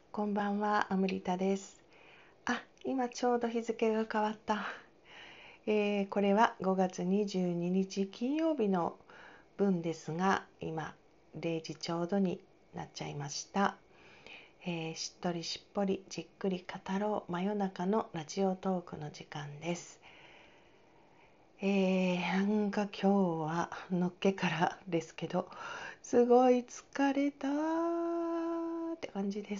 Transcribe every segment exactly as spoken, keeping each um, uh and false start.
こんばんは、アムリタです。あ、今ちょうど日付が変わった。えーこれはごがつにじゅうににち金曜日の分ですが、今れいじちょうどになっちゃいました。えーしっとりしっぽりじっくり語ろう真夜中のラジオトークの時間です。えーなんか今日はのっけからですけど、すごい疲れたーって感じです。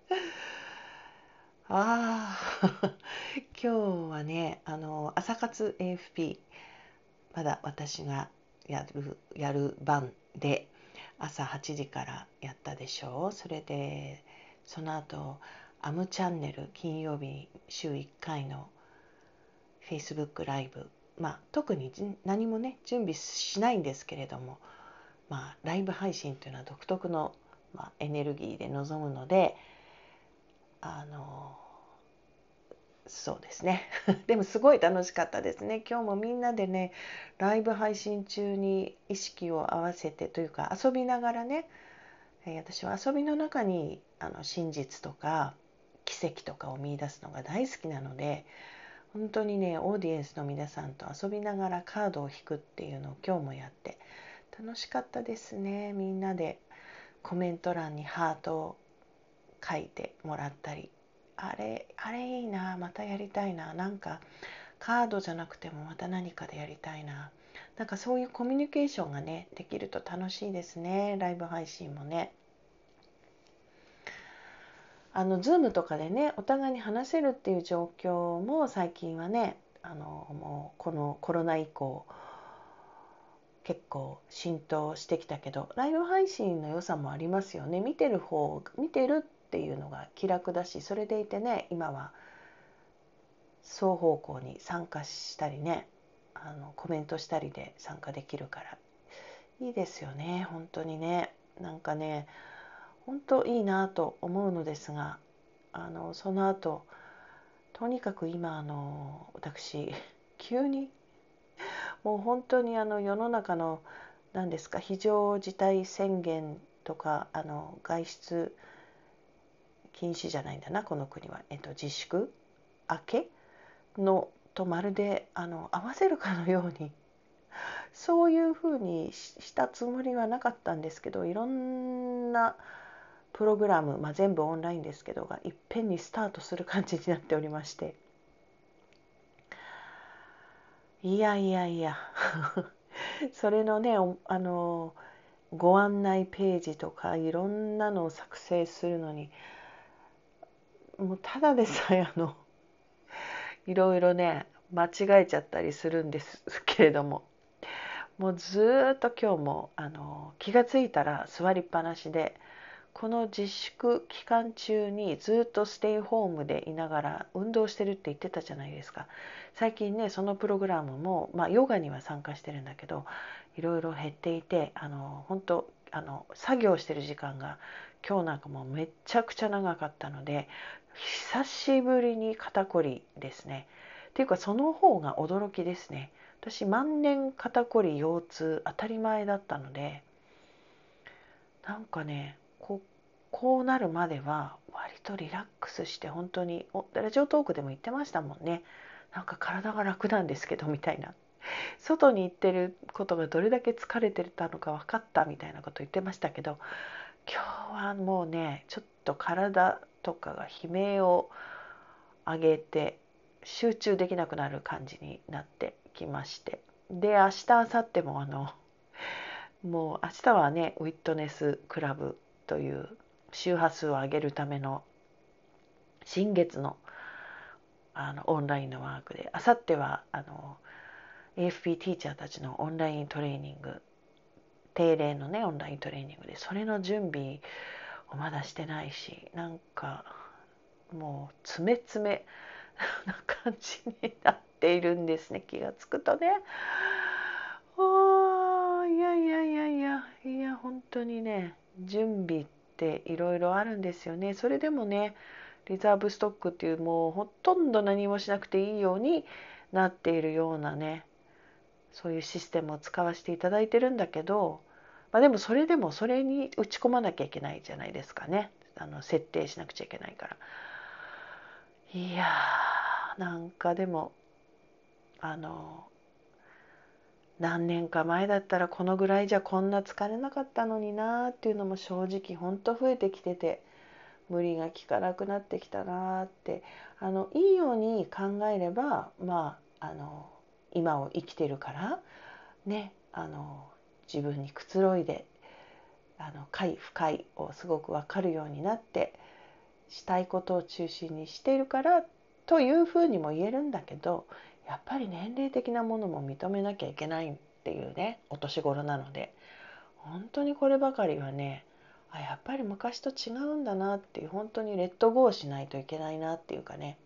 ああ今日はね、あの朝活 エーエフピー、まだ私がやるやる番で朝はちじからやったでしょう。それでその後アムチャンネル、金曜日週いっかいの Facebook ライブ、まあ特に何もね準備しないんですけれども、まあライブ配信というのは独特の、まあ、エネルギーで臨むので、あのそうですねでもすごい楽しかったですね。今日もみんなでね、ライブ配信中に意識を合わせてというか遊びながらね、私は遊びの中にあの真実とか奇跡とかを見出すのが大好きなので、本当にねオーディエンスの皆さんと遊びながらカードを引くっていうのを今日もやって楽しかったですね。みんなでコメント欄にハートを書いてもらったり、あれあれいいな、またやりたいな、なんかカードじゃなくてもまた何かでやりたいな、なんかそういうコミュニケーションがねできると楽しいですね。ライブ配信もね、あの Zoom とかでねお互いに話せるっていう状況も最近はね、あのもうこのコロナ以降結構浸透してきたけど、ライブ配信の良さもありますよね。見てる方見てるっていうのが気楽だし、それでいてね、今は双方向に参加したりね、あのコメントしたりで参加できるからいいですよね。本当にね、なんかね本当いいなと思うのですが、あのその後とにかく今あの私急にもう本当にあの世の中の何ですか、非常事態宣言とか、あの外出禁止じゃないんだなこの国は、えっと、自粛明けのとまるであの合わせるかのようにそういうふうにしたつもりはなかったんですけど、いろんなプログラム、まあ、全部オンラインですけどがいっぺんにスタートする感じになっておりまして、いやいやいやそれのね、あのご案内ページとかいろんなのを作成するのに、もうただでさえあのいろいろね間違えちゃったりするんですけれども、もうずっと今日もあの気がついたら座りっぱなしで、この自粛期間中にずっとステイホームでいながら運動してるって言ってたじゃないですか。最近ねそのプログラムも、まあ、ヨガには参加してるんだけどいろいろ減っていて、あの本当あの作業してる時間が今日なんかもうめちゃくちゃ長かったので、久しぶりに肩こりですね。っていうかその方が驚きですね。私万年肩こり腰痛当たり前だったので、なんかねここうなるまでは割とリラックスして、本当にラジオトークでも言ってましたもんね。なんか体が楽なんですけどみたいな、外に行ってることがどれだけ疲れてたのか分かったみたいなこと言ってましたけど、今日はもうねちょっと体とかが悲鳴を上げて集中できなくなる感じになってきまして、で明日明後日もあのもう明日はねウィットネスクラブという周波数を上げるための新月のあのオンラインのワークで、明後日はあの エーエフピー ティーチャーたちのオンライントレーニング、定例のねオンライントレーニングで、それの準備をまだしてないし、なんかもう詰め詰めな感じになっているんですね。気がつくとね、おいやいやいやいやいや本当にね準備っていろいろあるんですよね。それでもねリザーブストックっていう、もうほとんど何もしなくていいようになっているようなね、そういうシステムを使わせていただいてるんだけど、まあ、でもそれでもそれに打ち込まなきゃいけないじゃないですかね。 あの設定しなくちゃいけないから。いやー、なんかでもあの何年か前だったらこのぐらいじゃこんな疲れなかったのになーっていうのも正直ほんと増えてきてて、無理が効かなくなってきたなーって、あのいいように考えれば、まああの今を生きてるからね、あの自分にくつろいで、あの快不快をすごく分かるようになって、したいことを中心にしているからというふうにも言えるんだけど、やっぱり年齢的なものも認めなきゃいけないっていうね、お年頃なので、本当にこればかりはね、あやっぱり昔と違うんだなっていう、本当にレッドゴーしないといけないなっていうかね、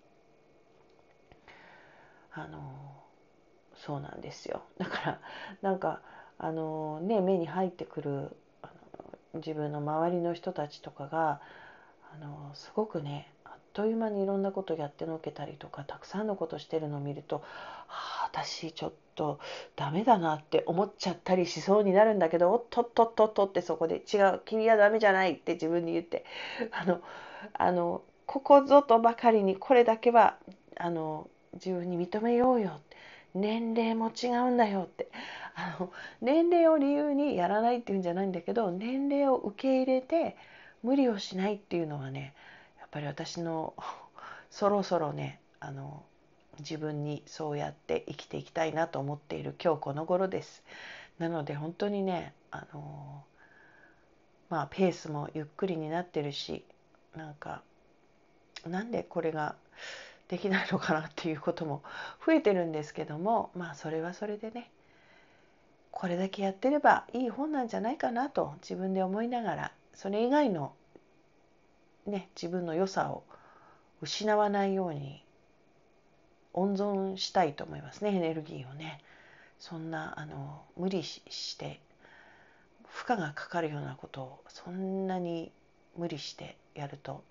あのそうなんですよ。だからなんかあのね、目に入ってくるあの自分の周りの人たちとかがあのすごくね、あっという間にいろんなことやってのけたりとか、たくさんのことしてるのを見ると、はあ、私ちょっとダメだなって思っちゃったりしそうになるんだけど、おっとっとっとっとって、そこで違う、君はダメじゃないって自分に言って、あのあのここぞとばかりにこれだけはあの自分に認めようよ、年齢も違うんだよって、あの年齢を理由にやらないっていうんじゃないんだけど、年齢を受け入れて無理をしないっていうのはね、やっぱり私のそろそろね、あの自分にそうやって生きていきたいなと思っている今日この頃です。なので本当にね、あのまあペースもゆっくりになってるし、なんかなんでこれができないのかなっていうことも増えてるんですけども、まあそれはそれでね、これだけやってればいい本なんじゃないかなと自分で思いながら、それ以外のね、自分の良さを失わないように温存したいと思いますね、エネルギーをね。そんなあの無理して負荷がかかるようなことをそんなに無理してやると、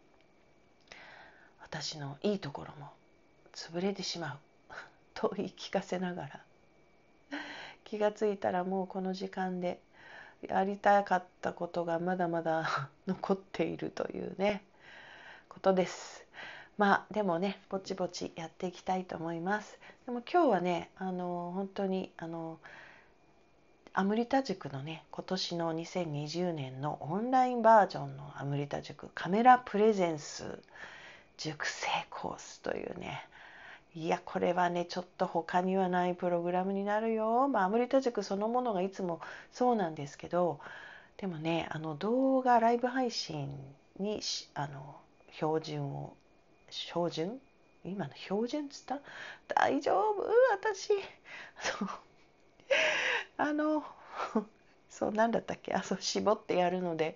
私のいいところも潰れてしまうと言い聞かせながら、気がついたらもうこの時間でやりたかったことがまだまだ残っているというねことです。まあでもね、ぼちぼちやっていきたいと思います。でも今日はね、あの本当にあのアムリタ塾のね、今年のにせんにじゅうねんのオンラインバージョンのアムリタ塾カメラプレゼンス塾成コースというね、いやこれはねちょっと他にはないプログラムになるよ。まあアムリタ塾そのものがいつもそうなんですけど、でもね、あの動画ライブ配信にあの標準を標準今の標準っつった大丈夫私そうあのそうなんだったっけ、あそう絞ってやるので、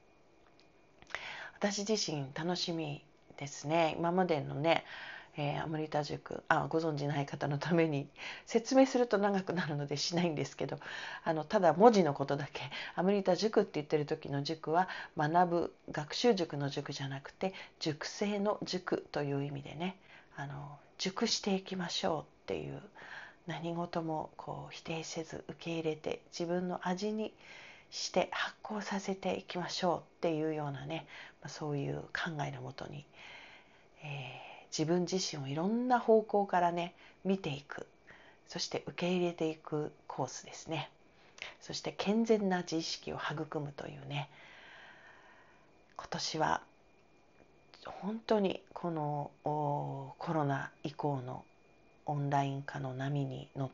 私自身楽しみですね。今までのね、えー、アムリタ塾、あご存じない方のために説明すると長くなるのでしないんですけど、あのただ文字のことだけ、アムリタ塾って言ってる時の塾は学ぶ学習塾の塾じゃなくて塾生の塾という意味でね、あの塾していきましょうっていう、何事もこう否定せず受け入れて自分の味にして発酵させていきましょうっていうようなね、そういう考えのもとに、えー、自分自身をいろんな方向からね見ていく、そして受け入れていくコースですね。そして健全な自意識を育むというね、今年は本当にこのコロナ以降のオンライン化の波に乗って、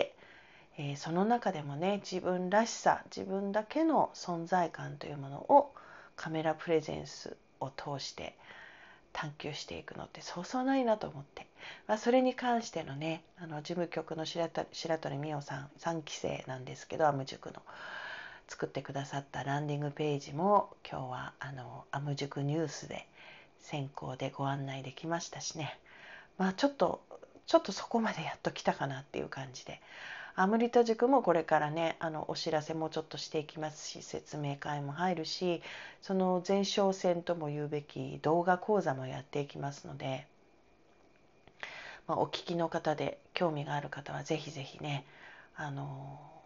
えー、その中でもね、自分らしさ、自分だけの存在感というものをカメラプレゼンスを通して探求していくのってそうそうないなと思って、まあ、それに関してのね、あの事務局の白鳥美代さんさんき生なんですけど、アム塾の作ってくださったランディングページも今日はあのアム塾ニュースで先行でご案内できましたしね、まあちょっとちょっとそこまでやっときたかなっていう感じで、アムリタ塾もこれからね、あのお知らせもちょっとしていきますし、説明会も入るし、その前哨戦とも言うべき動画講座もやっていきますので、まあ、お聞きの方で興味がある方はぜひぜひね、あの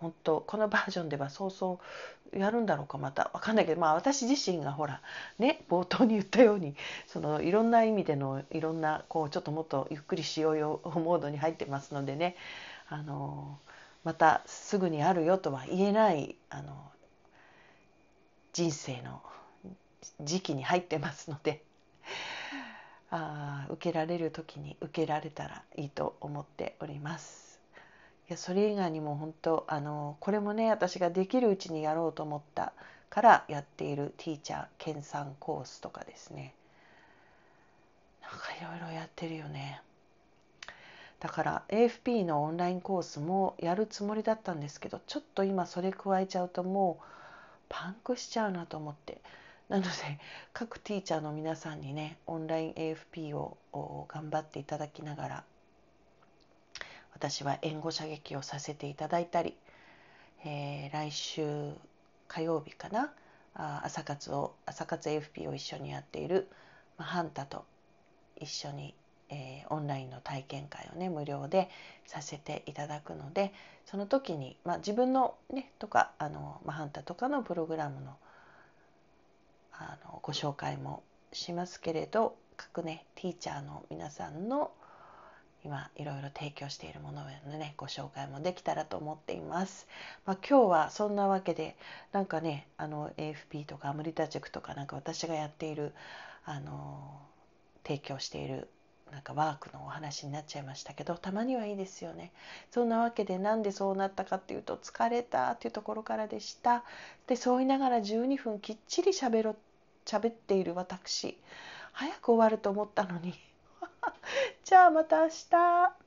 本当このバージョンではそうそうやるんだろうか、またわかんないけど、まあ私自身がほらね、冒頭に言ったように、そのいろんな意味でのいろんなこうちょっともっとゆっくりしようよモードに入ってますのでね、あのまたすぐにあるよとは言えないあの人生の時期に入ってますので、あ受けられる時に受けられたらいいと思っております。いやそれ以外にも本当あのこれもね、私ができるうちにやろうと思ったからやっているティーチャー研鑽コースとかですね、なんかいろいろやってるよね。だから エーエフピー のオンラインコースもやるつもりだったんですけど、ちょっと今それ加えちゃうともうパンクしちゃうなと思って、なので各ティーチャーの皆さんにね、オンライン エーエフピー を頑張っていただきながら、私は援護射撃をさせていただいたり、えー、来週火曜日かな、あ朝活を朝活 エーエフピー を一緒にやっている、まあ、ハンタと一緒に、えー、オンラインの体験会をね無料でさせていただくので、その時に、まあ、自分のねとかあの、まあ、ハンタとかのプログラムの、あのご紹介もしますけれど、各ねティーチャーの皆さんの今いろいろ提供しているもののねご紹介もできたらと思っています。まあ、今日はそんなわけで、なんかねあの エーエフピー とかアムリタ塾とか、なんか私がやっているあの提供しているなんかワークのお話になっちゃいましたけど、たまにはいいですよね。そんなわけで、なんでそうなったかっていうと、疲れたっていうところからでした。でそう言いながらじゅうにふんきっちりしゃべろ喋っている私、早く終わると思ったのにじゃあまた明日。